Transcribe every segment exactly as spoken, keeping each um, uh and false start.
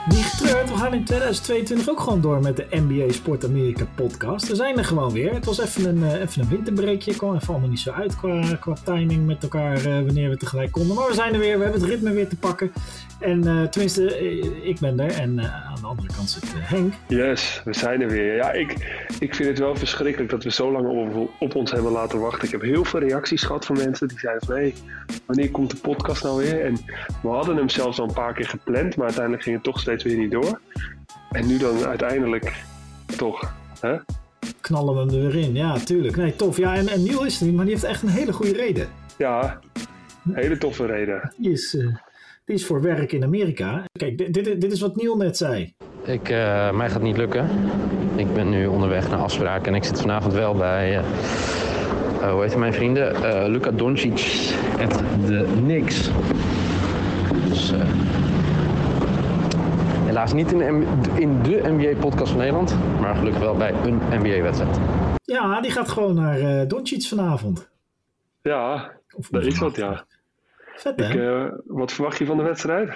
Niet getreurd, we gaan in tweeduizend tweeëntwintig ook gewoon door met de N B A Sport Amerika podcast. We zijn er gewoon weer. Het was even een, uh, even een winterbreekje. kwam even allemaal niet zo uit qua, qua timing met elkaar uh, wanneer we tegelijk konden. Maar we zijn er weer, we hebben het ritme weer te pakken. En uh, tenminste, uh, ik ben er en uh, aan de andere kant zit uh, Henk. Yes, we zijn er weer. Ja, ik, ik vind het wel verschrikkelijk dat we zo lang op, op ons hebben laten wachten. Ik heb heel veel reacties gehad van mensen die zeiden van hé, hey, wanneer komt de podcast nou weer? En we hadden hem zelfs al een paar keer gepland, maar uiteindelijk ging het toch steeds weer niet door. En nu dan uiteindelijk toch, hè? Knallen we hem er weer in, ja, tuurlijk. Nee, tof. Ja, en, en Niel is er niet, maar die heeft echt een hele goede reden. Ja, een hele toffe reden. Die is, uh, die is voor werk in Amerika. Kijk, dit, dit, dit is wat Niel net zei. Ik, uh, mij gaat het niet lukken. Ik ben nu onderweg naar afspraken en ik zit vanavond wel bij, uh, uh, hoe heet mijn vrienden, uh, Luka Doncic at the Knicks. Dus uh, helaas niet in de, in de N B A-podcast van Nederland, maar gelukkig wel bij een N B A-wedstrijd. Ja, die gaat gewoon naar uh, Doncic vanavond. Ja, dat is wat, ja. Vet, ik, uh, wat verwacht je van de wedstrijd?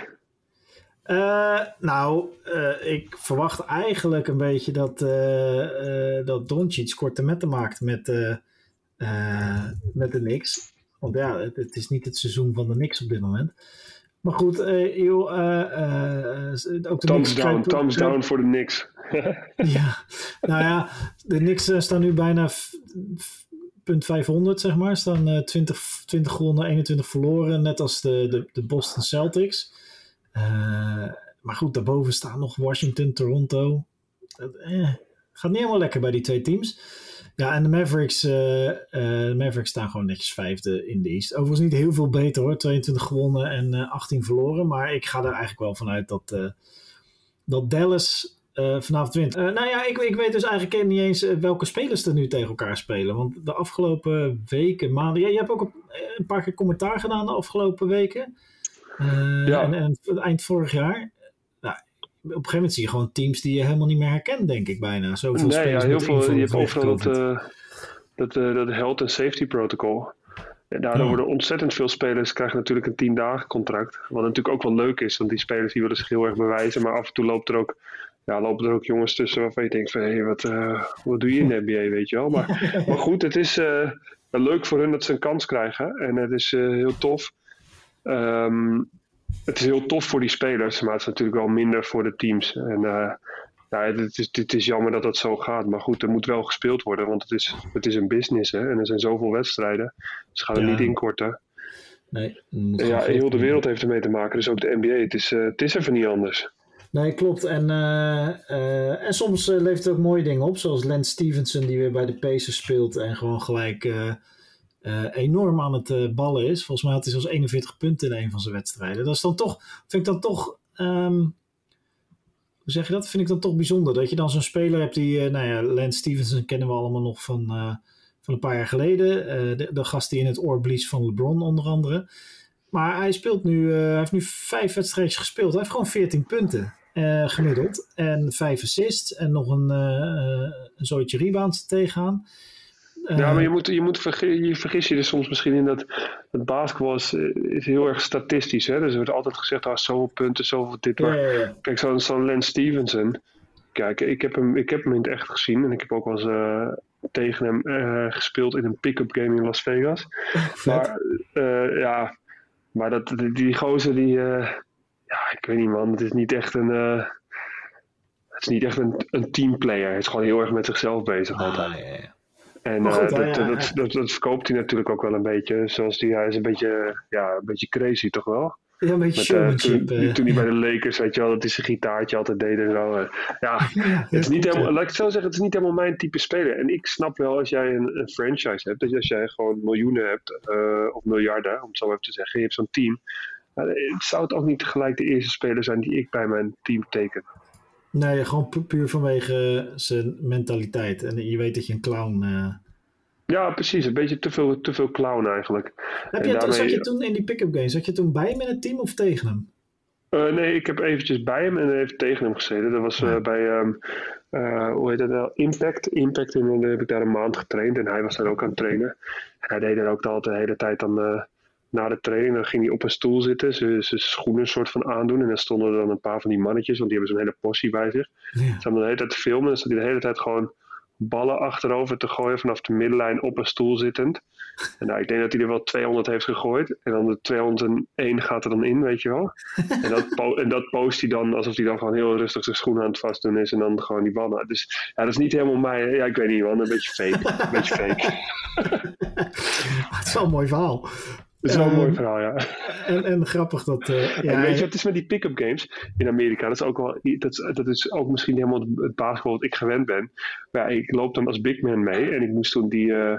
Uh, nou, uh, ik verwacht eigenlijk een beetje dat, uh, uh, dat Doncic korte metten maakt met, uh, uh, met de Knicks. Want ja, het, het is niet het seizoen van de Knicks op dit moment. Maar goed, uh, joh, uh, uh, ook de thumbs Knicks... down, thumbs down voor de Knicks. Ja, nou ja, de Knicks uh, staan nu bijna f- f- punt vijfhonderd, zeg maar. Staan uh, twintig, twintig gewonnen, eenentwintig verloren, net als de, de, de Boston Celtics. Uh, maar goed, daarboven staan nog Washington, Toronto. Uh, gaat niet helemaal lekker bij die twee teams. Ja, en de Mavericks, uh, uh, de Mavericks staan gewoon netjes vijfde in de East. Overigens niet heel veel beter hoor. tweeëntwintig gewonnen en uh, achttien verloren. Maar ik ga er eigenlijk wel vanuit dat, uh, dat Dallas uh, vanavond wint. Uh, nou ja, ik, ik weet dus eigenlijk niet eens uh, welke spelers er nu tegen elkaar spelen. Want de afgelopen weken, maanden... Ja, je hebt ook een, een paar keer commentaar gedaan de afgelopen weken. Uh, ja. en, en eind vorig jaar. Nou, op een gegeven moment zie je gewoon teams die je helemaal niet meer herkent, denk ik bijna. Zoveel nee, ja, heel veel. Je hebt overal dat, uh, dat, uh, dat health and safety protocol. En daardoor ja. worden ontzettend veel spelers krijgen natuurlijk een tien dagen contract. Wat natuurlijk ook wel leuk is, want die spelers die willen zich heel erg bewijzen. Maar af en toe loopt er ook, ja, lopen er ook jongens tussen waarvan je denkt van hé, hey, wat, uh, wat doe je in de N B A, weet je wel. Maar, maar goed, het is uh, leuk voor hun dat ze een kans krijgen. En het is uh, heel tof. Um, het is heel tof voor die spelers, maar het is natuurlijk wel minder voor de teams. En uh, ja, het, is, het is jammer dat dat zo gaat. Maar goed, er moet wel gespeeld worden, want het is, het is een business. Hè? En er zijn zoveel wedstrijden. Ze gaan er ja. niet inkorten. Nee, ja, heel de wereld heeft ermee te maken, dus ook de N B A. Het is, uh, het is even niet anders. Nee, klopt. En, uh, uh, en soms uh, levert het ook mooie dingen op, zoals Lance Stevenson die weer bij de Pacers speelt en gewoon gelijk... Uh, Uh, enorm aan het uh, ballen is. Volgens mij had hij zelfs eenenveertig punten in een van zijn wedstrijden. Dat is dan toch, vind ik dan toch, um, hoe zeg je dat? Vind ik dan toch bijzonder. Dat je dan zo'n speler hebt die, uh, nou ja, Lance Stevenson kennen we allemaal nog van, uh, van een paar jaar geleden. Uh, de, de gast die in het oor blies van LeBron onder andere. Maar hij speelt nu, uh, hij heeft nu vijf wedstrijdjes gespeeld. Hij heeft gewoon veertien punten uh, gemiddeld. En vijf assists en nog een, uh, een zooitje rebounds tegenaan. Ja, maar je, moet, je, moet vergis, je vergis je er soms misschien in dat, dat basketbal is, is heel erg statistisch. Hè? Dus er wordt altijd gezegd, ah, zoveel punten, zoveel dit. Maar ja, ja, ja. Kijk, zo'n, zo'n Lance Stevenson. Kijk, ik heb, hem, ik heb hem in het echt gezien. En ik heb ook wel eens uh, tegen hem uh, gespeeld in een pick-up game in Las Vegas. Maar uh, ja, maar dat, die, die gozer die... Uh, ja, ik weet niet man, het is niet echt een... Uh, het is niet echt een, een teamplayer. Hij is gewoon heel erg met zichzelf bezig ah, altijd. Ja, ja. En goed, uh, dat, ja, ja. Dat, dat, dat verkoopt hij natuurlijk ook wel een beetje. Zoals die, hij is een beetje, ja, een beetje crazy toch wel? Ja, een beetje showmanship. Uh, toen, toen hij bij de Lakers, weet je wel, dat hij zijn gitaartje altijd deed en zo. Uh, ja, ja, het is niet helemaal, laat ik het zo zeggen, het is niet helemaal mijn type speler. En ik snap wel als jij een, een franchise hebt, dat als jij gewoon miljoenen hebt, uh, of miljarden, om het zo even te zeggen, je hebt zo'n team. Uh, het zou het ook niet tegelijk de eerste speler zijn die ik bij mijn team teken. Nee, gewoon pu- puur vanwege zijn mentaliteit. En je weet dat je een clown... Uh... Ja, precies. Een beetje te veel, te veel clown eigenlijk. Heb je daarmee... Zat je toen in die pick-up games, zat je toen bij hem in het team of tegen hem? Uh, nee, ik heb eventjes bij hem en even tegen hem gezeten. Dat was uh, bij, um, uh, hoe heet dat nou? Impact. Impact, en dan heb ik daar een maand getraind en hij was daar ook aan het trainen. En hij deed er ook altijd de hele tijd dan... Uh, na de training, dan ging hij op een stoel zitten, zijn schoenen een soort van aandoen. En dan stonden er dan een paar van die mannetjes, want die hebben zo'n hele portie bij zich. Ja. Ze hebben de hele tijd te filmen, dan zat hij de hele tijd gewoon ballen achterover te gooien vanaf de middenlijn op een stoel zittend. En nou, ik denk dat hij er wel tweehonderd heeft gegooid. En dan de tweehonderdéén gaat er dan in, weet je wel. En dat, po- en dat post hij dan alsof hij dan gewoon heel rustig zijn schoenen aan het vastdoen is. En dan gewoon die ballen. Dus ja, dat is niet helemaal mij. Ja, ik weet niet, man. Een beetje fake. Een beetje fake. Het is wel een mooi verhaal. Dat is wel een um, mooi verhaal, ja. En, en grappig dat... Uh, ja, en weet je wat het is met die pick-up games in Amerika? Dat is ook, wel, dat, dat is ook misschien helemaal het basketbal wat ik gewend ben. Maar ja, ik loop dan als big man mee. En ik moest toen die... Uh,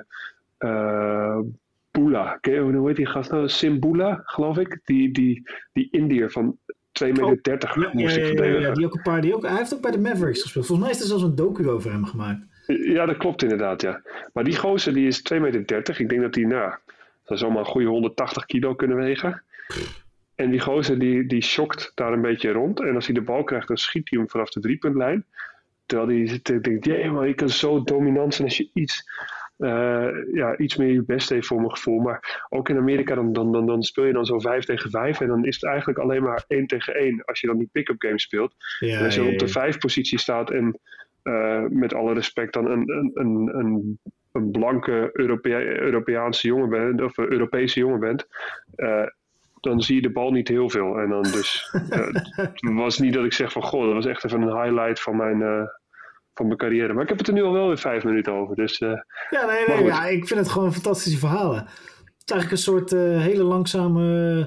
uh, Bula. Hoe heet die gast nou? Simbula, geloof ik. Die, die, die Indiër van twee meter dertig oh, moest ja, ik verdedigen. Ja, ja, die ook een paar, die ook, hij heeft ook bij de Mavericks gespeeld. Volgens mij is er zelfs een docu over hem gemaakt. Ja, dat klopt inderdaad, ja. Maar die gozer die is twee meter dertig. Ik denk dat hij, nou... Dat zou maar een goede honderdtachtig kilo kunnen wegen. En die gozer die, die shokt daar een beetje rond. En als hij de bal krijgt, dan schiet hij hem vanaf de driepuntlijn. Terwijl hij zit, denkt, jee man, je kan zo dominant zijn als je iets, uh, ja, iets meer je best heeft voor mijn gevoel. Maar ook in Amerika, dan, dan, dan, dan speel je dan zo vijf tegen vijf. En dan is het eigenlijk alleen maar één tegen één als je dan die pick-up game speelt. Ja, en als je ja, ja. op de vijf positie staat en uh, met alle respect dan een... een, een, een een blanke Europea- Europeaanse jongen bent, of een Europese jongen bent, uh, dan zie je de bal niet heel veel. En dan dus, uh, het was niet dat ik zeg van, goh, dat was echt even een highlight van mijn, uh, van mijn carrière. Maar ik heb het er nu al wel weer vijf minuten over. Dus, uh, ja, nee, nee, ja, ik vind het gewoon fantastische verhalen. Het is eigenlijk een soort uh, hele langzame...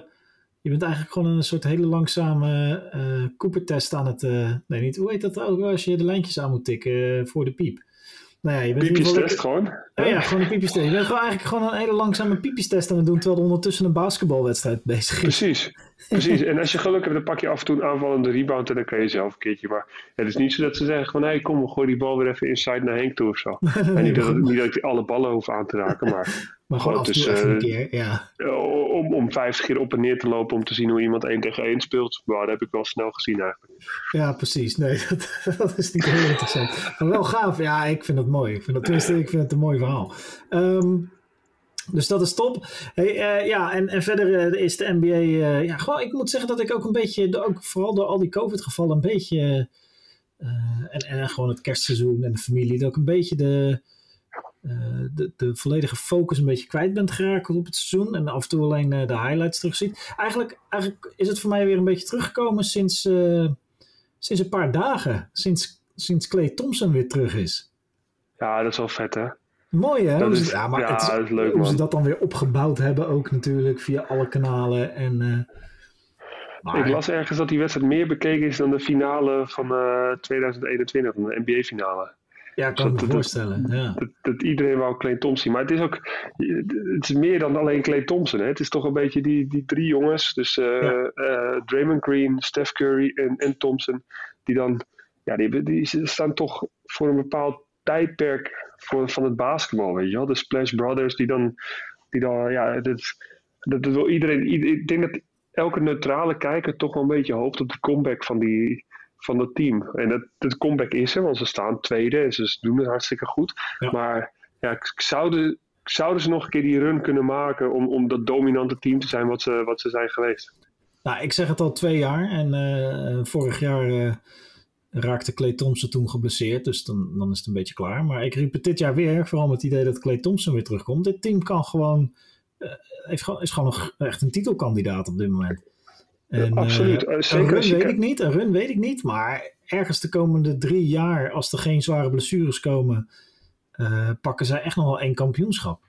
Je bent eigenlijk gewoon een soort hele langzame uh, Cooper-test aan het... Uh, nee, niet, hoe heet dat ook als je de lijntjes aan moet tikken uh, voor de piep? Nou ja, je bent piepjestest gewoon? Ja, ja, gewoon een piepjestest. Je bent gewoon eigenlijk gewoon een hele langzame piepjestest aan het doen, terwijl er ondertussen een basketbalwedstrijd bezig is. Precies, precies. En als je geluk hebt, dan pak je af en toe een aanvallende rebound en dan kan je zelf een keertje. Maar het is niet zo dat ze zeggen van, hé, hey, kom, we gooien die bal weer even inside naar Henk toe of zo. Nee, en niet dat, niet dat ik alle ballen hoef aan te raken, maar... Maar gewoon af en toe dus, even een keer, ja. Om, om vijftig keer op en neer te lopen om te zien hoe iemand één tegen één speelt. Nou, dat heb ik wel snel gezien eigenlijk. Ja, precies. Nee, dat, dat is niet heel interessant. Maar wel gaaf. Ja, ik vind het mooi. Ik vind het, tenminste, ik vind het een mooi verhaal. Um, dus dat is top. Hey, uh, ja, en, en verder uh, is de N B A... Uh, ja, gewoon, ik moet zeggen dat ik ook een beetje... Ook vooral door al die COVID-gevallen een beetje... Uh, en, en gewoon het kerstseizoen en de familie... Dat ook een beetje de... Uh, de, de volledige focus een beetje kwijt bent geraakt op het seizoen en af en toe alleen uh, de highlights terugziet. Eigenlijk, eigenlijk is het voor mij weer een beetje teruggekomen sinds, uh, sinds een paar dagen. Sinds, sinds Klay Thompson weer terug is. Ja, dat is wel vet, hè? Mooi, hè? Dat hoe is, ze, ja, maar ja, het is, dat is leuk, hoe man. ze dat dan weer opgebouwd hebben ook natuurlijk via alle kanalen. En, uh, maar... Ik las ergens dat die wedstrijd meer bekeken is dan de finale van uh, tweeduizend eenentwintig, van de N B A-finale. Ja, ik kan dus me dat, voorstellen. Dat, ja. dat, dat iedereen wou Klay Thompson. Maar het is ook het is meer dan alleen Klay Thompson. Hè? Het is toch een beetje die, die drie jongens. Dus uh, ja. uh, Draymond Green, Steph Curry en, en Thompson. Die dan, ja, die, die staan toch voor een bepaald tijdperk voor, van het basketbal. Weet je wel? De Splash Brothers die dan, die dan ja, dat, dat, dat wil iedereen. Ik denk dat elke neutrale kijker toch wel een beetje hoopt op de comeback van die... van dat team. En dat, dat comeback is er, want ze staan tweede en ze doen het hartstikke goed. Ja. Maar ja, zouden, zouden ze nog een keer die run kunnen maken om, om dat dominante team te zijn wat ze, wat ze zijn geweest? Nou, ik zeg het al twee jaar en uh, vorig jaar uh, raakte Klay Thompson toen geblesseerd, dus dan, dan is het een beetje klaar. Maar ik riep het dit jaar weer, vooral met het idee dat Klay Thompson weer terugkomt. Dit team kan gewoon, uh, heeft gewoon is gewoon nog echt een titelkandidaat op dit moment. En, Absoluut. Uh, Zeker een run weet ik niet, een run weet ik niet, maar ergens de komende drie jaar, als er geen zware blessures komen, uh, pakken zij echt nog wel één kampioenschap.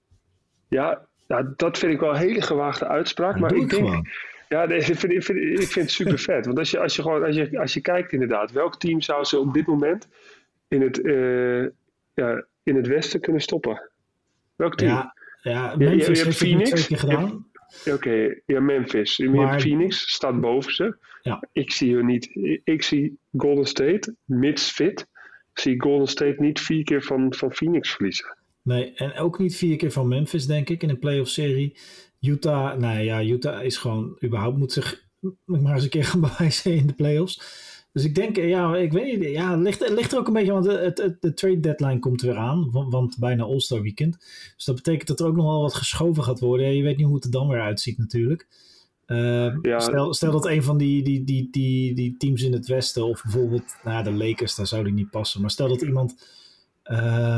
Ja, nou, dat vind ik wel een hele gewaagde uitspraak, dat maar ik, ik denk, gewoon. ja, ik vind, ik vind, ik vind het super vet, want als je, als je gewoon, als je, als je kijkt inderdaad, welk team zou ze op dit moment in het, uh, ja, in het westen kunnen stoppen? Welk team? Ja, ja Memphis je, je heeft Phoenix, het twee keer gedaan. Oké, okay, ja, Memphis. Je maar... hebt Phoenix, staat boven ze. Ja. Ik zie hun niet. Ik zie Golden State, mits fit, zie Golden State niet vier keer van, van Phoenix verliezen. Nee, en ook niet vier keer van Memphis, denk ik, in een playoff serie. Utah, nou ja, Utah is gewoon, überhaupt moet zich maar eens een keer gaan bewijzen in de playoffs. Dus ik denk, ja, ik weet niet, ja, het ligt, het ligt er ook een beetje, want het, het, de trade deadline komt weer aan, want, want bijna All-Star weekend. Dus dat betekent dat er ook nog wel wat geschoven gaat worden. Ja, je weet niet hoe het er dan weer uitziet natuurlijk. Uh, ja. stel, stel dat een van die, die, die, die, die teams in het westen, of bijvoorbeeld nou, de Lakers, daar zou die niet passen. Maar stel dat iemand uh,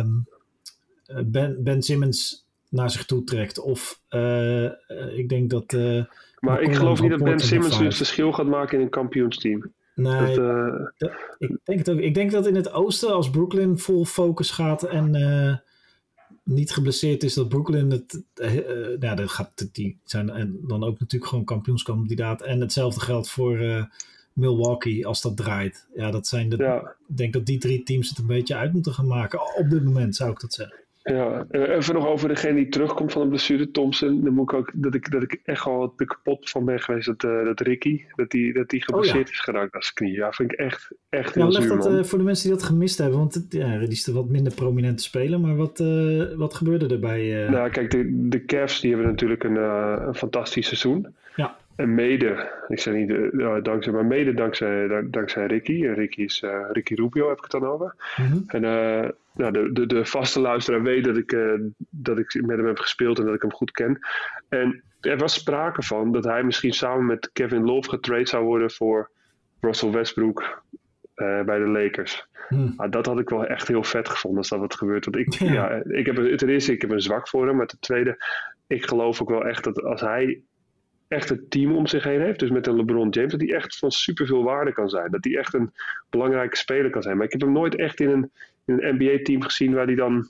ben, Ben Simmons naar zich toe trekt, of uh, ik denk dat... Uh, maar ik geloof niet dat Ben Simmons nu het verschil gaat maken in een kampioensteam. Nee, dat, uh... dat, ik denk het ook. Ik denk dat in het oosten, als Brooklyn vol focus gaat en uh, niet geblesseerd is, dat Brooklyn het, uh, uh, nou, dat gaat, die zijn en dan ook natuurlijk gewoon kampioenskandidaat. En hetzelfde geldt voor uh, Milwaukee als dat draait. Ja, dat zijn de, ja. Ik denk dat die drie teams het een beetje uit moeten gaan maken. Op dit moment zou ik dat zeggen. Ja, even nog over degene die terugkomt van de blessure, Thompson. Dan moet ik ook dat ik, dat ik echt gewoon te kapot van ben geweest dat, uh, dat Ricky, dat die, dat die geblesseerd oh, ja. is geraakt aan zijn knie. Ja, vind ik echt, echt heel ja, zuur, leg dat man. Uh, voor de mensen die dat gemist hebben, want het, ja, die is er wat minder prominent te spelen. Maar wat, uh, wat gebeurde er bij... Uh... Nou, kijk, de, de Cavs die hebben natuurlijk een, uh, een fantastisch seizoen. Ja. En mede, ik zeg niet uh, dankzij, maar mede dankzij, dank, dankzij Ricky. En Ricky is uh, Ricky Rubio, heb ik het dan over. Mm-hmm. En uh, nou, de, de, de vaste luisteraar weet dat ik, uh, dat ik met hem heb gespeeld en dat ik hem goed ken. En er was sprake van dat hij misschien samen met Kevin Love getrade zou worden voor Russell Westbrook uh, bij de Lakers. Mm. Nou, dat had ik wel echt heel vet gevonden als dat wat gebeurt. Want ik, ja. ja, ik heb, ten eerste, ik heb een zwak voor hem. Maar ten tweede, ik geloof ook wel echt dat als hij echt het team om zich heen heeft, dus met een LeBron James, dat hij echt van superveel waarde kan zijn. Dat hij echt een belangrijke speler kan zijn. Maar ik heb hem nooit echt in een, in een N B A-team gezien waar hij dan...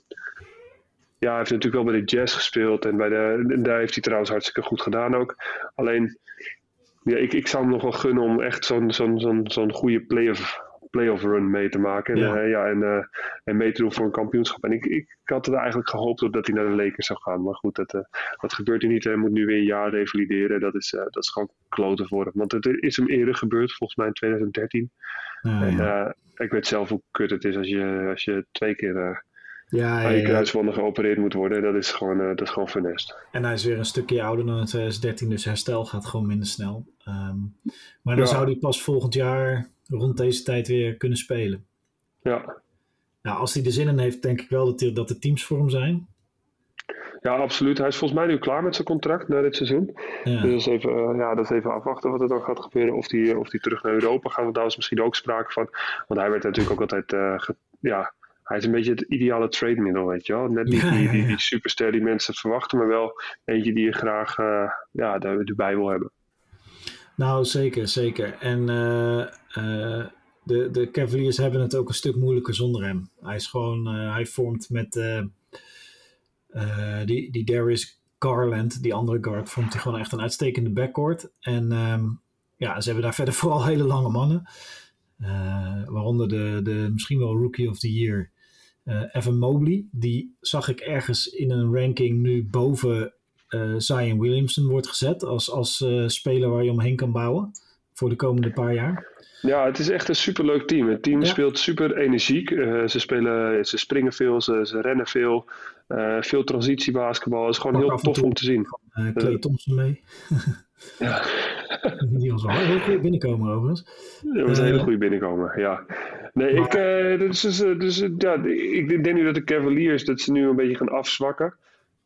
Ja, hij heeft natuurlijk wel bij de Jazz gespeeld en bij de, en daar heeft hij trouwens hartstikke goed gedaan ook. Alleen, ja, ik, ik zou hem nog wel gunnen om echt zo'n, zo'n, zo'n, zo'n goede play-off, play-off run mee te maken. En, ja. Uh, ja, en, uh, en mee te doen voor een kampioenschap. En ik, ik had er eigenlijk gehoopt op dat hij naar de Lakers zou gaan. Maar goed, dat, uh, dat gebeurt nu niet. Hij moet nu weer een jaar revalideren. Dat is, uh, dat is gewoon kloten voor hem. Want het is hem eerder gebeurd, volgens mij in twintig dertien. Ah, en ja. uh, ik weet zelf hoe kut het is als je, als je twee keer... Uh, Ja, ja, aan je ja. kruisbanden geopereerd moet worden. Dat is gewoon, uh, dat is gewoon funest. En hij is weer een stukje ouder dan in twintig dertien, dus herstel gaat gewoon minder snel. Um, maar dan ja. zou hij pas volgend jaar rond deze tijd weer kunnen spelen. Ja. Nou, als hij er zin in heeft, denk ik wel dat, die, dat de teams voor hem zijn. Ja, absoluut. Hij is volgens mij nu klaar met zijn contract na dit seizoen. Ja. Dus dat is, even, uh, ja, dat is even afwachten wat er dan gaat gebeuren. Of hij of die terug naar Europa gaat. Want daar was misschien ook sprake van. Want hij werd natuurlijk ook altijd... Uh, ge, ja, hij is een beetje het ideale trade-middel, weet je wel. Net niet ja, die, ja, ja. die, die superster die mensen verwachten, maar wel eentje die je graag uh, ja, erbij wil hebben. Nou, zeker, zeker. En uh, uh, de, de Cavaliers hebben het ook een stuk moeilijker zonder hem. Hij is gewoon, uh, hij vormt met uh, uh, die, die Darius Garland, die andere guard, vormt hij gewoon echt een uitstekende backcourt. En um, ja, ze hebben daar verder vooral hele lange mannen. Uh, waaronder de, de misschien wel Rookie of the Year, uh, Evan Mobley. Die zag ik ergens in een ranking nu boven uh, Zion Williamson wordt gezet. Als, als uh, speler waar je omheen kan bouwen voor de komende paar jaar. Ja, het is echt een superleuk team. Het team ja. speelt super energiek. Uh, ze, spelen, ze springen veel, ze, ze rennen veel. Uh, veel transitiebasketbal. Het is gewoon Pak heel tof om te zien. Uh, Klay Thompson mee. Ja. Die was wel een heel goede binnenkomer overigens. Dat was een hele goede binnenkomer, ja. Nee, maar... ik, uh, dus, dus, dus, ja, ik denk nu dat de Cavaliers, dat ze nu een beetje gaan afzwakken.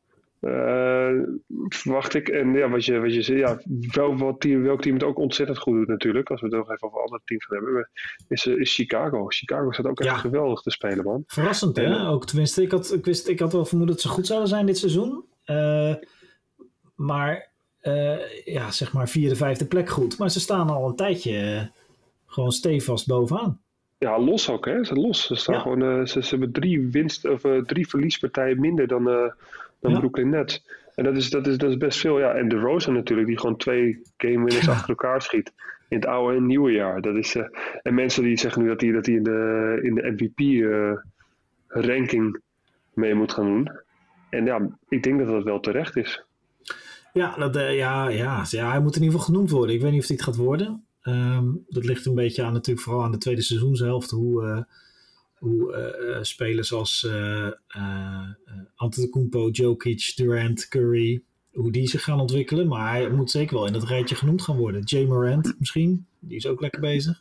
Uh, verwacht ik. En ja, wat je, wat je zei, ja, wel, wat team, welk team het ook ontzettend goed doet natuurlijk, als we het nog even over andere teams gaan hebben, is, is Chicago. Chicago staat ook echt ja. geweldig te spelen, man. Verrassend, hè? En, ook tenminste, ik had, ik, wist, ik had wel vermoed dat ze goed zouden zijn dit seizoen. Uh, maar uh, ja, zeg maar vierde, vijfde plek goed. Maar ze staan al een tijdje uh, gewoon stevast bovenaan. Ja, los ook, hè? Ze los. Ze staan ja. gewoon, uh, ze, ze hebben drie winst of uh, drie verliespartijen minder dan. Uh, dan ja. Brooklyn Nets. En dat is, dat, is, dat is best veel. Ja. En DeRozan natuurlijk, die gewoon twee game winners ja. achter elkaar schiet. In het oude en nieuwe jaar. Dat is, uh, en mensen die zeggen nu dat hij dat in de, in de M V P uh, ranking mee moet gaan doen. En ja, ik denk dat dat wel terecht is. Ja, dat, uh, ja, ja, ja, hij moet in ieder geval genoemd worden. Ik weet niet of hij het gaat worden. Um, dat ligt een beetje aan natuurlijk vooral aan de tweede seizoenshelft. Hoe... Uh, Hoe uh, spelers als uh, uh, Antetokounmpo, Jokic, Durant, Curry, hoe die zich gaan ontwikkelen. Maar hij moet zeker wel in dat rijtje genoemd gaan worden. Ja Morant misschien, die is ook lekker bezig.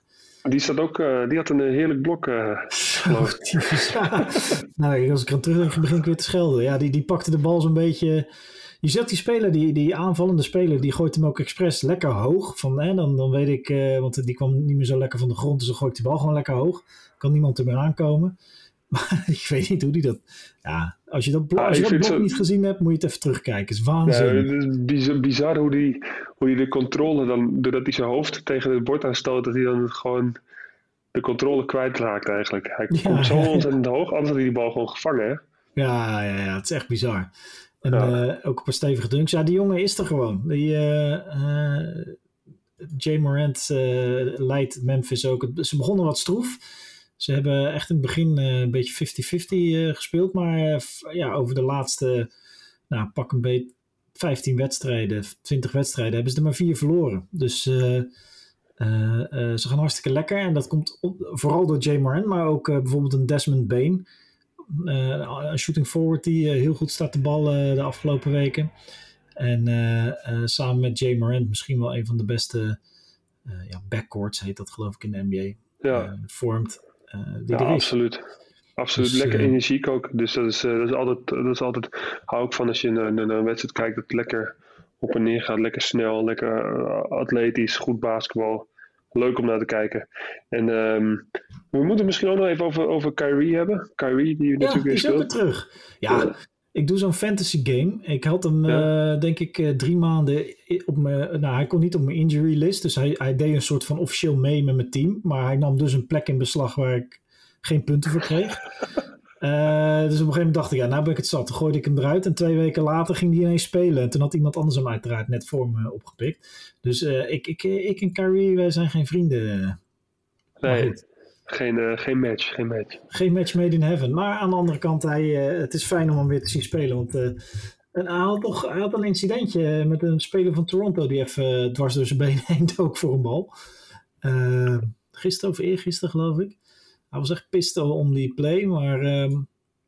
Die, staat ook, uh, die had een heerlijk blok, uh, geloof ik. Ja. Nou, als ik aan terugdenk, begin ik weer te schelden. Ja, die, die pakte de bal zo'n beetje... Je zegt die speler, die, die aanvallende speler, die gooit hem ook expres lekker hoog. Van, hè, dan, dan weet ik, uh, want die kwam niet meer zo lekker van de grond, dus dan gooit die bal gewoon lekker hoog. Kan niemand er meer aankomen. Maar ik weet niet hoe die dat... Ja, als je dat blok, als je dat blok zo... niet gezien hebt, moet je het even terugkijken. Het is waanzin. Ja, het is bizar hoe die, hoe die de controle dan, doordat hij zijn hoofd tegen het bord aanstoot, dat hij dan gewoon de controle kwijtraakt eigenlijk. Hij ja, komt zo ja, ontzettend ja. hoog, anders had hij die bal gewoon gevangen, hè? Ja, ja, ja, het is echt bizar. En ja. uh, ook een paar stevige dunks. Ja, die jongen is er gewoon. Die, uh, uh, Jay Morant uh, leidt Memphis ook. Ze begonnen wat stroef. Ze hebben echt in het begin uh, een beetje vijftig vijftig uh, gespeeld. Maar uh, f- ja, over de laatste, nou, pak een beetje vijftien wedstrijden, twintig wedstrijden, hebben ze er maar vier verloren. Dus uh, uh, uh, ze gaan hartstikke lekker. En dat komt op, vooral door Jay Morant, maar ook uh, bijvoorbeeld een Desmond Bane. Uh, een shooting forward die uh, heel goed staat te ballen uh, de afgelopen weken. En uh, uh, samen met Jay Morant misschien wel een van de beste uh, ja, backcourts, heet dat geloof ik in de N B A. Ja. Uh, vormt. Uh, die ja, er is. absoluut. Absoluut. Dus, lekker uh, energiek ook. Dus dat is, uh, dat is altijd, dat is altijd, hou ik van als je naar een, een wedstrijd kijkt, dat het lekker op en neer gaat, lekker snel, lekker uh, atletisch, goed basketbal. Leuk om naar te kijken. En um, we moeten misschien ook nog even over, over Kyrie hebben. Kyrie, die ja, natuurlijk weer die speelt. Ja, die is ook weer terug. Ja, ja, ik doe zo'n fantasy game. Ik had hem, ja. uh, denk ik, uh, drie maanden op mijn... Nou, hij kon niet op mijn injury list. Dus hij, hij deed een soort van officieel mee met mijn team. Maar hij nam dus een plek in beslag waar ik geen punten voor kreeg. Uh, dus op een gegeven moment dacht ik, ja, nou ben ik het zat. Toen gooide ik hem eruit en twee weken later ging hij ineens spelen. En toen had iemand anders hem uiteraard net voor me opgepikt. Dus uh, ik, ik, ik en Kyrie, wij zijn geen vrienden. Nee, geen, uh, geen match, geen match. Geen match made in heaven. Maar aan de andere kant, hij, uh, het is fijn om hem weer te zien spelen. Want uh, en hij, had toch, hij had een incidentje met een speler van Toronto die even uh, dwars door zijn benen heen dook voor een bal. Uh, gisteren of eergisteren geloof ik. Hij was echt pissed om die play, maar um,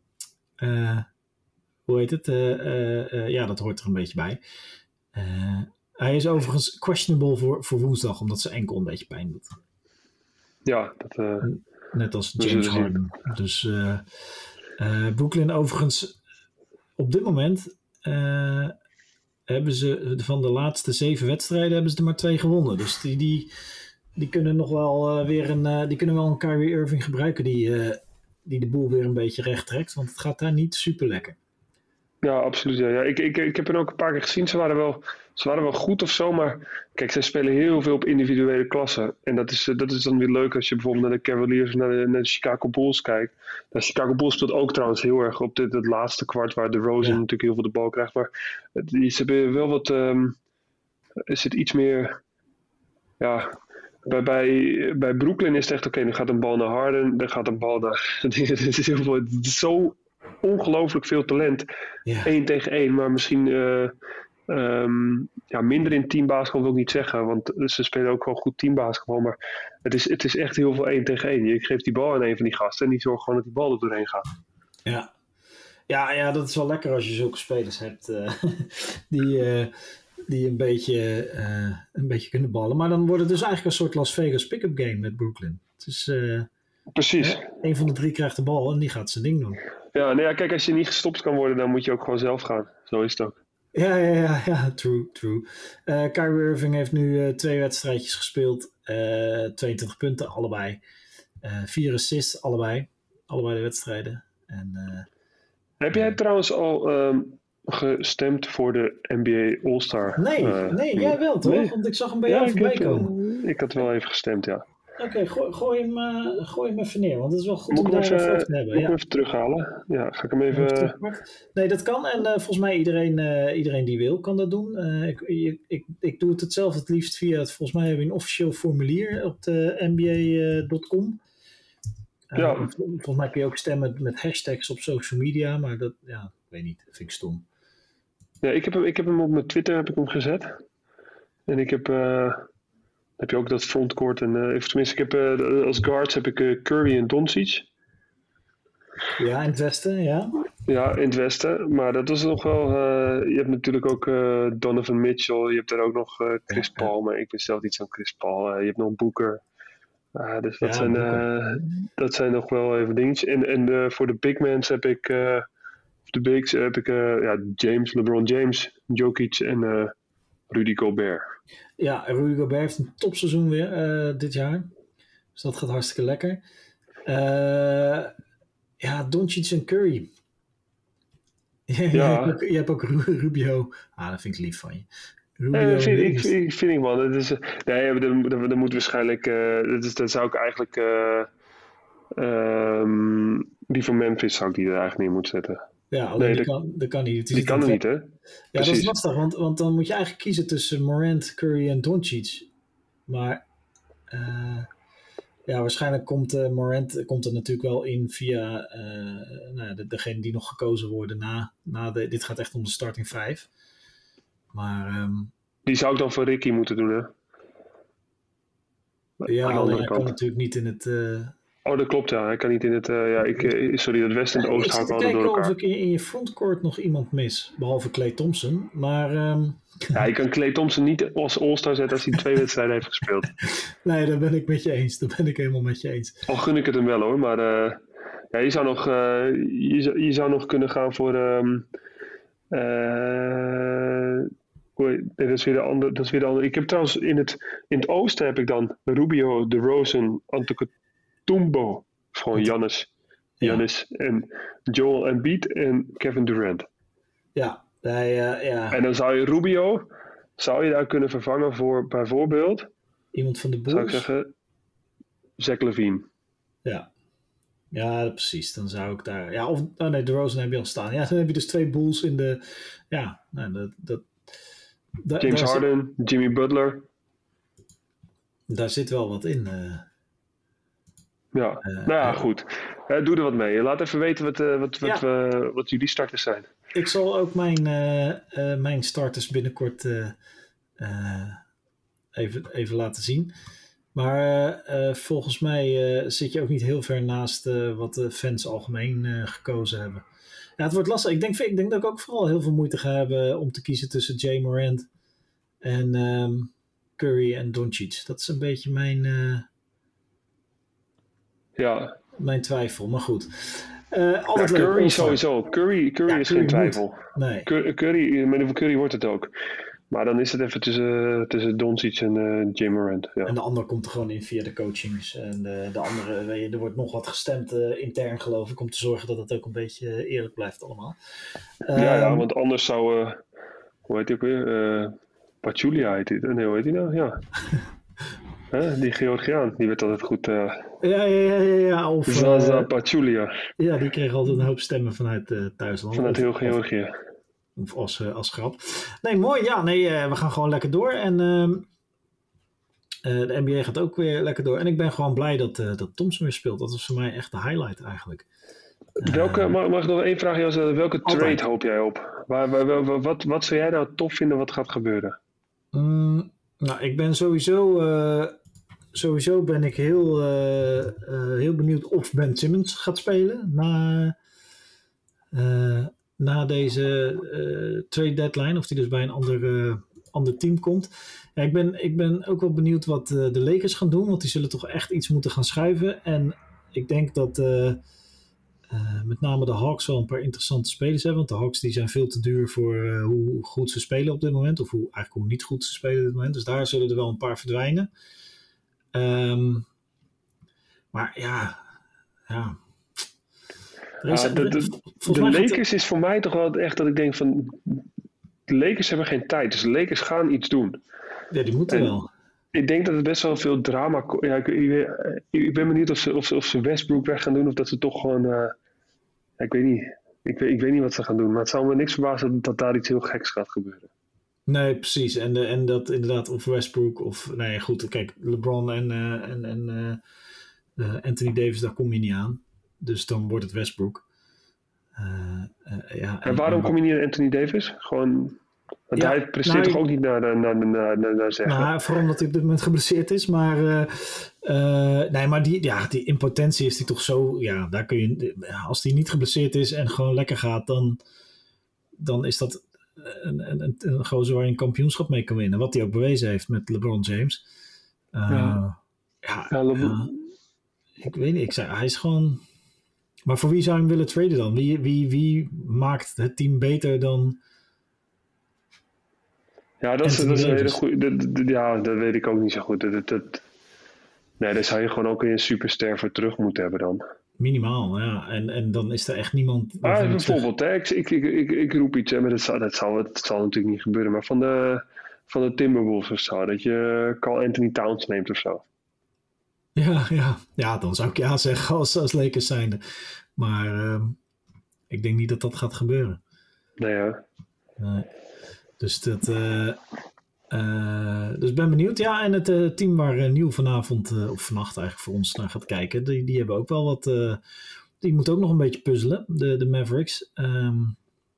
uh, hoe heet het? Uh, uh, uh, ja, dat hoort er een beetje bij. Uh, hij is overigens questionable voor, voor woensdag, omdat zijn enkel een beetje pijn doet. Ja, dat... Uh, Net als James Harden. Dus uh, uh, Brooklyn overigens, op dit moment uh, hebben ze van de laatste zeven wedstrijden hebben ze er maar twee gewonnen. Dus die... die Die kunnen nog wel uh, weer een, uh, die kunnen wel een Kyrie Irving gebruiken die, uh, die de boel weer een beetje recht trekt. Want het gaat daar niet super lekker. Ja, absoluut. Ja. Ja, ik, ik, ik heb hen ook een paar keer gezien. Ze waren wel, ze waren wel goed of zo. Maar kijk, zij spelen heel veel op individuele klassen. En dat is, dat is dan weer leuk als je bijvoorbeeld naar de Cavaliers of naar de, naar de Chicago Bulls kijkt. De Chicago Bulls speelt ook trouwens heel erg op dit, het laatste kwart waar de Rosen ja. natuurlijk heel veel de bal krijgt. Maar die, ze hebben wel wat... Um, er zit iets meer... Ja... Bij, bij, bij Brooklyn is het echt oké, okay, dan gaat een bal naar Harden, dan gaat een bal naar... Het is, heel veel, het is zo ongelooflijk veel talent. Ja. Eén tegen één, maar misschien uh, um, ja, minder in teambasketbal wil ik niet zeggen, want ze spelen ook wel goed teambasketbal, maar het is, het is echt heel veel één tegen één. Je geeft die bal aan een van die gasten en die zorgt gewoon dat die bal er doorheen gaat. Ja, ja, ja dat is wel lekker als je zulke spelers hebt uh, die... Uh, die een beetje, uh, een beetje kunnen ballen. Maar dan wordt het dus eigenlijk een soort Las Vegas pick-up game met Brooklyn. Het is, uh, Precies. Uh, een van de drie krijgt de bal en die gaat zijn ding doen. Ja, nou ja, kijk, als je niet gestopt kan worden, dan moet je ook gewoon zelf gaan. Zo is het ook. Ja, ja, ja, ja true, true. Uh, Kyrie Irving heeft nu uh, twee wedstrijdjes gespeeld. Uh, tweeëntwintig punten, allebei. Uh, vier assists, allebei. Allebei de wedstrijden. En, uh, Heb jij uh, trouwens al... Um, gestemd voor de N B A All-Star? Nee, uh, nee jij wel toch? Nee. Want ik zag hem bij jou ja, voorbij komen. Ik had wel even gestemd, ja. Oké, okay, gooi, gooi, hem, uh, gooi hem even neer, want het is wel goed moet om daar even over te hebben. Moet ik ja. hem even terughalen? Ja, ga ik hem even... even nee, dat kan en uh, volgens mij iedereen, uh, iedereen die wil kan dat doen. Uh, ik, ik, ik, ik doe het het zelf het liefst via het, volgens mij hebben we een officieel formulier op de N B A dot com. Uh, ja. Volgens mij kun je ook stemmen met hashtags op social media, maar dat, ja, ik weet niet, dat vind ik stom. Ja, ik heb hem, ik heb hem op mijn Twitter heb ik hem gezet. En ik heb, uh, heb je ook dat frontcourt. En, uh, tenminste, ik heb, uh, als guards heb ik uh, Curry en Doncic. Ja, in het westen, ja. Ja, in het westen. Maar dat was nog wel... Uh, je hebt natuurlijk ook uh, Donovan Mitchell. Je hebt er ook nog uh, Chris Paul. Maar ik ben zelf niet zo'n Chris Paul. Uh, je hebt nog Booker. Uh, dus dat, ja, zijn, uh, dat zijn nog wel even dingetjes. En, en uh, voor de big mans heb ik, uh, de bigs heb ik uh, ja, James, LeBron James, Jokic en uh, Rudy Gobert. Ja, Rudy Gobert heeft een topseizoen weer uh, dit jaar. Dus dat gaat hartstikke lekker. Uh, ja, Doncic en Curry. ja, ja. Je, hebt ook, je hebt ook Rubio. Ah, dat vind ik lief van je. Rubio uh, vind, ik, vind, vind ik man. Dat is, nee, dat, dat, dat moet waarschijnlijk. Uh, dat, is, dat zou ik eigenlijk. Uh, um, die van Memphis zou ik die er eigenlijk neer moeten zetten. Ja, alleen nee, die, dat, kan, dat kan niet. Die kan er niet, hè? Ja, Precies. Dat is lastig, want, want dan moet je eigenlijk kiezen tussen Morant, Curry en Doncic. Maar. Uh, Ja, waarschijnlijk komt uh, Morant komt er natuurlijk wel in via uh, nou, de, degene die nog gekozen worden na, na de... Dit gaat echt om de starting vijf. Maar... Um, die zou ik dan voor Ricky moeten doen, hè? Ja, alleen hij kan natuurlijk niet in het... Uh... Oh, dat klopt, ja. Hij kan niet in het... Uh, ja, ik, uh, sorry, het West en het Oost houden altijd door elkaar. Ik zit te kijken of ik in, in je frontcourt nog iemand mis. Behalve Klay Thompson. Maar... Um... Ja, je kan Klay Thompson niet als all-star zetten als hij twee wedstrijden heeft gespeeld. Nee, daar ben ik met je eens. Daar ben ik helemaal met je eens. Al gun ik het hem wel hoor, maar uh, ja, je, zou nog, uh, je, zou, je zou nog kunnen gaan voor... Um, uh, nee, dat is weer de andere. Dat is weer de andere. Ik heb trouwens in het, in het oosten heb ik dan Rubio, DeRozan, Antetokounmpo. Gewoon Giannis, Giannis ja. en Joel Embiid en Kevin Durant. Ja. Nee, uh, ja. En dan zou je Rubio, zou je daar kunnen vervangen voor bijvoorbeeld... Iemand van de Bulls? Zou ik zeggen, Zach LaVine. Ja. Ja, precies. Dan zou ik daar... Ja, of... Oh nee, DeRozan heb je al staan. Ja, dan heb je dus twee Bulls in de... Ja, nou, dat... dat da, James Harden, zit, Jimmy Butler. Daar zit wel wat in. Uh, ja, uh, nou ja, uh, goed. Uh, doe er wat mee. Laat even weten wat, uh, wat, wat, ja. uh, wat jullie starters zijn. Ik zal ook mijn, uh, uh, mijn starters binnenkort uh, uh, even, even laten zien. Maar uh, uh, volgens mij uh, zit je ook niet heel ver naast uh, wat de fans algemeen uh, gekozen hebben. Ja, het wordt lastig. Ik denk, ik denk dat ik ook vooral heel veel moeite ga hebben om te kiezen tussen Jay Morant en um, Curry en Doncic. Dat is een beetje mijn, uh, ja. mijn twijfel. Maar goed. Uh, altijd ja, Curry leuk, sowieso. Curry, Curry ja, is Curry geen twijfel. Nee. Curry, met over Curry wordt het ook. Maar dan is het even tussen, tussen Doncic en uh, Jay Morant. Ja. En de ander komt er gewoon in via de coachings. En de, de andere, weet je, er wordt nog wat gestemd uh, intern geloof ik. Om te zorgen dat het ook een beetje eerlijk blijft allemaal. Um, ja, ja, want anders zou... Uh, hoe heet hij ook weer? Uh, Pachulia heet hij. Nee, hoe heet hij nou? Ja. Huh? Die Georgiaan, die werd altijd goed... Uh, ja, ja, ja, ja. Of, Zaza uh, Pachulia. Ja, die kreeg altijd een hoop stemmen vanuit uh, thuisland. Vanuit heel Georgië. Of als, uh, als grap. Nee, mooi. Ja, nee, uh, we gaan gewoon lekker door. En uh, uh, de N B A gaat ook weer lekker door. En ik ben gewoon blij dat, uh, dat Thompson weer speelt. Dat was voor mij echt de highlight eigenlijk. Uh, welke, mag, mag ik nog één vraag? Joost? Welke altijd. trade hoop jij op? Waar, waar, waar, wat, wat zou jij nou tof vinden wat gaat gebeuren? Mm, nou, ik ben sowieso... Uh, Sowieso ben ik heel, uh, uh, heel benieuwd of Ben Simmons gaat spelen na, uh, na deze uh, trade deadline. Of hij dus bij een ander, uh, ander team komt. Ja, ik, ben, ik ben ook wel benieuwd wat uh, de Lakers gaan doen. Want die zullen toch echt iets moeten gaan schuiven. En ik denk dat uh, uh, met name de Hawks wel een paar interessante spelers hebben. Want de Hawks die zijn veel te duur voor uh, hoe goed ze spelen op dit moment. Of hoe, eigenlijk hoe niet goed ze spelen op dit moment. Dus daar zullen er wel een paar verdwijnen. Um, maar ja, ja. Is, ja de de, de Lakers is voor mij toch wel echt dat ik denk van, de Lakers hebben geen tijd, dus de Lakers gaan iets doen. Ja, die moeten en wel. Ik denk dat het best wel veel drama... Ja, ik, ik, ik ben benieuwd of ze, of, ze, of ze Westbrook weg gaan doen, of dat ze toch gewoon... Uh, ja, ik weet niet. Ik weet, ik weet niet wat ze gaan doen, maar het zou me niks verbazen dat, dat daar iets heel geks gaat gebeuren. Nee, precies. En, de, en dat inderdaad of Westbrook of... Nee, goed, kijk, LeBron en, uh, en, en uh, uh, Anthony Davis, daar kom je niet aan. Dus dan wordt het Westbrook. Uh, uh, ja, en, en waarom en, kom je niet aan Anthony Davis? Gewoon... Want ja, hij presteert nou, toch ook niet naar, naar, naar, naar, naar, naar zeggen? Nou, vooral omdat hij op dit moment geblesseerd is. Maar, uh, uh, nee, maar die, ja, die impotentie is die toch zo... Ja, daar kun je... Als die niet geblesseerd is en gewoon lekker gaat, dan, dan is dat... Een, een, een, een gozer waar je een kampioenschap mee kan winnen. Wat hij ook bewezen heeft met LeBron James. Uh, ja. Ja, ja, ja, ik weet niet. Ik zei, hij is gewoon... Maar voor wie zou je hem willen traden dan? Wie, wie, wie maakt het team beter dan... Ja, dat is, dat is een hele goede... Ja, dat weet ik ook niet zo goed. Dat, dat, dat, nee, daar zou je gewoon ook een superster voor terug moeten hebben dan. Minimaal, ja. En, en dan is er echt niemand... Ah, bijvoorbeeld, hè, ik, ik, ik, ik, ik roep iets, hè, maar dat zal, dat, zal, dat zal natuurlijk niet gebeuren. Maar van de, van de Timberwolves of zo, dat je Karl Anthony Towns neemt of zo. Ja, ja. ja, dan zou ik ja zeggen als, als Lakers zijnde. Maar uh, ik denk niet dat dat gaat gebeuren. Nee, ja. Nee. Dus dat... Uh, uh, dus ben benieuwd. Ja, en het uh, team waar uh, Nieuw vanavond, uh, of vannacht eigenlijk voor ons naar gaat kijken, die, die hebben ook wel wat... Uh, die moeten ook nog een beetje puzzelen, de, de Mavericks. Um,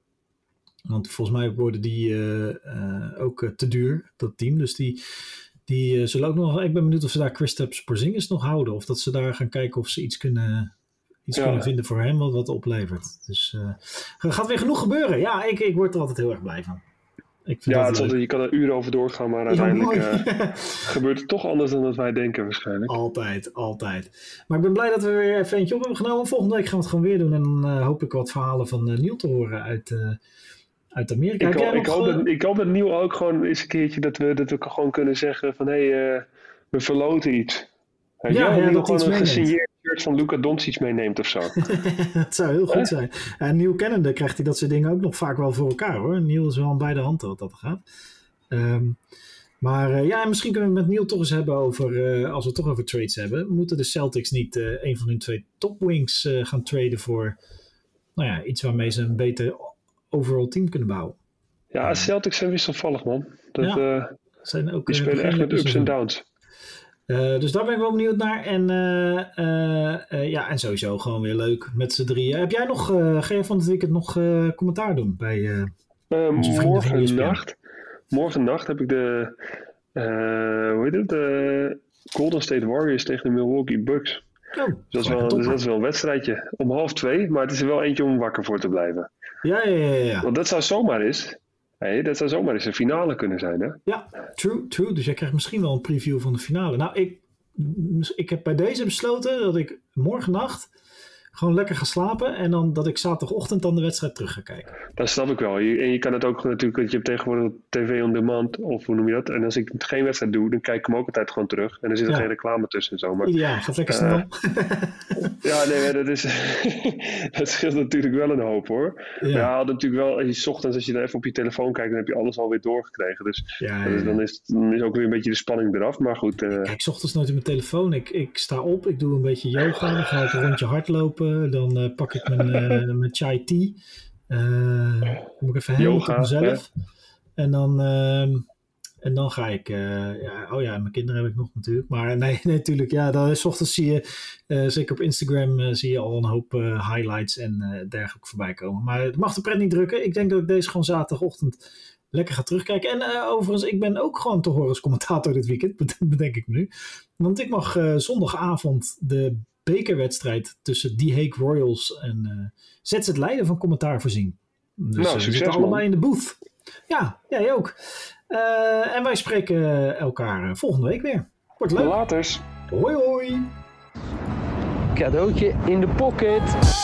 want volgens mij worden die uh, uh, ook uh, te duur, dat team. Dus die... Die uh, zullen ook nog... Ik ben benieuwd of ze daar Kristaps Porzingis nog houden. Of dat ze daar gaan kijken of ze iets kunnen, iets ja. kunnen vinden voor hem wat wat oplevert. Dus uh, er gaat weer genoeg gebeuren. Ja, ik, ik word er altijd heel erg blij van. Ik vind ja, het altijd, je kan er uren over doorgaan, maar uiteindelijk ja, uh, gebeurt het toch anders dan dat wij denken waarschijnlijk. Altijd, altijd. Maar ik ben blij dat we weer even eentje op hebben genomen. Volgende week gaan we het gewoon weer doen. En dan uh, hoop ik wat verhalen van uh, Niel te horen uit... Uh, Uit Amerika. Ik, hoop, ik, nog, hoop dat, ik hoop dat Niel ook gewoon eens een keertje dat we, dat we gewoon kunnen zeggen van hé, hey, uh, we verloten iets. Weet ja, je? Ja, dat gewoon een gesigneerd shirt van Luka Doncic meeneemt of zo. Dat zou heel goed eh? zijn. En Niel kennende krijgt hij dat soort dingen ook nog vaak wel voor elkaar hoor. Niel is wel aan beide handen wat dat gaat. Um, maar uh, ja, misschien kunnen we het met Niel toch eens hebben over, uh, als we het toch over trades hebben, moeten de Celtics niet uh, een van hun twee topwings uh, gaan traden voor nou ja, iets waarmee ze een beter overall team kunnen bouwen. Ja, Celtics zijn wisselvallig, man. Dat, ja, uh, zijn ook, die uh, spelen echt met ups en downs. Uh, dus daar ben ik wel benieuwd naar. En, uh, uh, uh, ja, en sowieso gewoon weer leuk met z'n drieën. Heb jij nog, uh, ga je van het weekend nog uh, commentaar doen? Bij, uh, uh, morgen nacht. Morgen nacht heb ik de, uh, hoe heet het, de Golden State Warriors tegen de Milwaukee Bucks. Oh, dus dat, is wel, dus dat is wel een wedstrijdje. Om half twee, maar het is er wel eentje om wakker voor te blijven. Ja, ja, ja, ja. Want dat zou zomaar eens, hey, dat zou zomaar eens een finale kunnen zijn, hè? Ja, true, true. Dus jij krijgt misschien wel een preview van de finale. Nou, ik, ik heb bij deze besloten dat ik morgen nacht gewoon lekker ga slapen en dan dat ik zaterdagochtend dan de wedstrijd terug ga kijken. Dat snap ik wel. Je, en je kan het ook natuurlijk, want je hebt tegenwoordig tv on demand, of hoe noem je dat? En als ik geen wedstrijd doe, dan kijk ik hem ook altijd gewoon terug. En er zit er ja. geen reclame tussen en zo. Maar, ja, gaat lekker snel. Uh, ja, nee, dat is dat scheelt natuurlijk wel een hoop hoor. Ja, ja had natuurlijk wel, als je 's ochtends als je dan even op je telefoon kijkt, dan heb je alles alweer doorgekregen. Dus, ja, ja, ja. dus dan, is, dan is ook weer een beetje de spanning eraf. Maar goed. Uh, ik kijk 's ochtends nooit op mijn telefoon. Ik, ik sta op, ik doe een beetje yoga, dan ga ik een rondje hardlopen. Dan uh, pak ik mijn, uh, mijn chai tea. Uh, dan moet ik even helemaal op mezelf. Hè? En dan, uh, en dan ga ik... Uh, ja, oh ja, mijn kinderen heb ik nog natuurlijk. Maar nee, nee natuurlijk. Ja, dan is 's ochtends zie je... Uh, zeker op Instagram uh, zie je al een hoop uh, highlights en uh, dergelijke voorbij komen. Maar het mag de pret niet drukken. Ik denk dat ik deze gewoon zaterdagochtend lekker ga terugkijken. En uh, overigens, ik ben ook gewoon te horen als commentator dit weekend. Bedenk ik me nu. Want ik mag uh, zondagavond de bekerwedstrijd tussen The Hague Royals en uh, Z Z Leiden van commentaar voorzien. Dus nou, uh, succes, we zitten allemaal in de booth. Ja, jij ook. Uh, en wij spreken elkaar uh, volgende week weer. Wordt leuk. Laters. Hoi hoi. Cadeautje in de pocket.